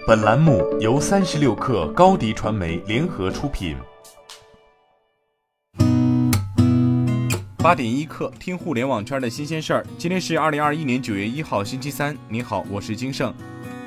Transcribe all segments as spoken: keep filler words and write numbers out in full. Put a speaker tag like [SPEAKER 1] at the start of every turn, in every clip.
[SPEAKER 1] 本栏目由三十六氪高迪传媒联合出品。八点一刻，听互联网圈的新鲜事儿。今天是二零二一年九月一号，星期三。你好，我是金盛。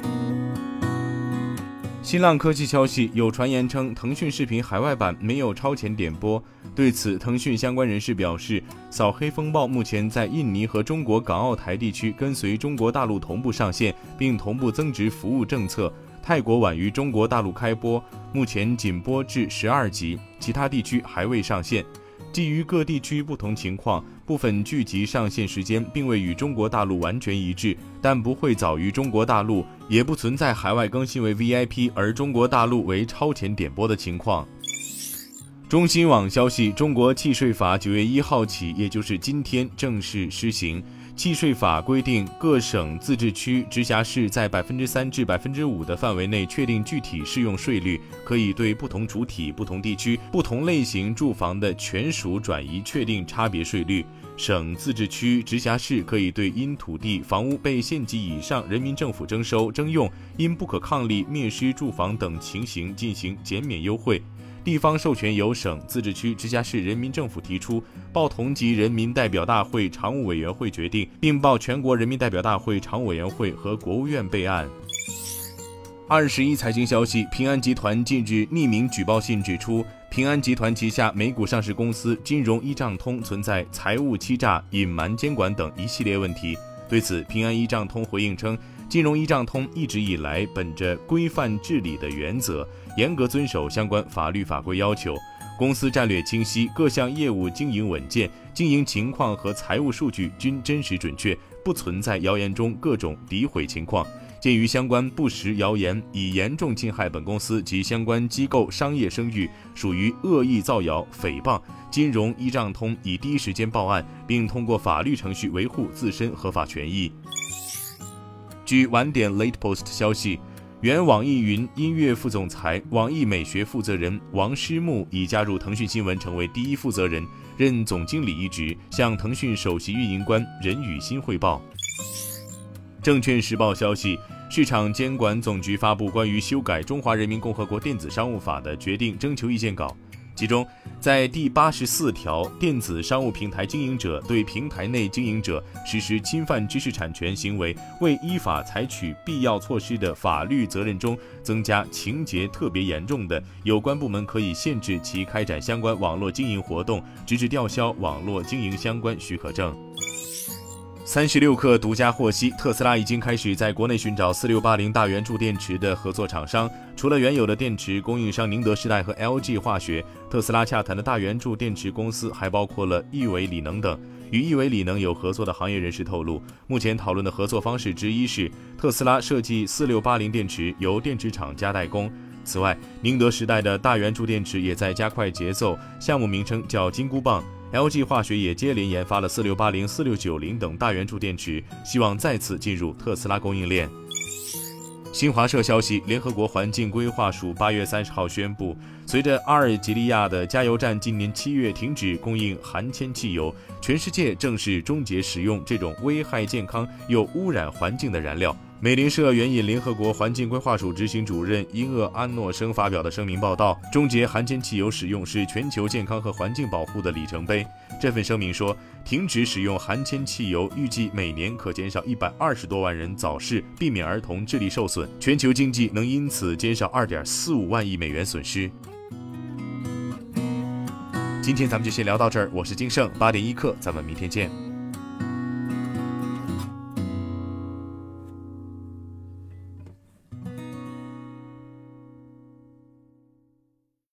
[SPEAKER 1] 新浪科技消息，有传言称腾讯视频海外版没有超前点播。对此，腾讯相关人士表示，扫黑风暴目前在印尼和中国港澳台地区跟随中国大陆同步上线，并同步增值服务政策。泰国晚于中国大陆开播，目前仅播至十二集，其他地区还未上线。基于各地区不同情况，部分剧集上线时间并未与中国大陆完全一致，但不会早于中国大陆，也不存在海外更新为 V I P 而中国大陆为超前点播的情况。中新网消息，中国契税法九月一号起，也就是今天正式施行。契税法规定，各省、自治区、直辖市在百分之三至百分之五的范围内确定具体适用税率，可以对不同主体、不同地区、不同类型住房的权属转移确定差别税率。省、自治区、直辖市可以对因土地、房屋被县级以上人民政府征收、征用，因不可抗力灭失住房等情形进行减免优惠。地方授权由省、自治区、直辖市人民政府提出，报同级人民代表大会常务委员会决定，并报全国人民代表大会常务委员会和国务院备案。二十一财经消息，平安集团近日匿名举报信指出，平安集团旗下美股上市公司金融依账通存在财务欺诈、隐瞒监管等一系列问题。对此，平安依账通回应称，金融依账通一直以来本着规范治理的原则，严格遵守相关法律法规要求，公司战略清晰，各项业务经营稳健，经营情况和财务数据均真实准确，不存在谣言中各种诋毁情况。鉴于相关不实谣言已严重侵害本公司及相关机构商业声誉，属于恶意造谣诽谤，金融依账通已第一时间报案，并通过法律程序维护自身合法权益。据晚点 Late Post 消息，原网易云音乐副总裁、网易美学负责人王诗木已加入腾讯新闻，成为第一负责人，任总经理一职，向腾讯首席运营官任宇欣汇报。证券时报消息，市场监管总局发布关于修改《中华人民共和国电子商务法》的决定征求意见稿，其中在第八十四条，电子商务平台经营者对平台内经营者实施侵犯知识产权行为未依法采取必要措施的法律责任中增加情节特别严重的，有关部门可以限制其开展相关网络经营活动，直至吊销网络经营相关许可证。三十六氪独家获悉，特斯拉已经开始在国内寻找四六八零大圆柱电池的合作厂商。除了原有的电池供应商宁德时代和 L G 化学，特斯拉洽谈的大圆柱电池公司还包括了亿纬锂能等。与亿纬锂能有合作的行业人士透露，目前讨论的合作方式之一是特斯拉设计四六八零电池，由电池厂家代工。此外，宁德时代的大圆柱电池也在加快节奏，项目名称叫金箍棒。L G 化学也接连研发了四六八零、四六九零等大圆柱电池，希望再次进入特斯拉供应链。新华社消息，联合国环境规划署八月三十号宣布，随着阿尔及利亚的加油站今年七月停止供应含铅汽油，全世界正式终结使用这种危害健康又污染环境的燃料。美联社援引联合国环境规划署执行主任伊厄安诺生发表的声明报道，终结含铅汽油使用是全球健康和环境保护的里程碑。这份声明说，停止使用含铅汽油，预计每年可减少一百二十多万人早逝，避免儿童智力受损，全球经济能因此减少二点四五万亿美元损失。今天咱们就先聊到这儿，我是金盛，八点一刻，咱们明天见。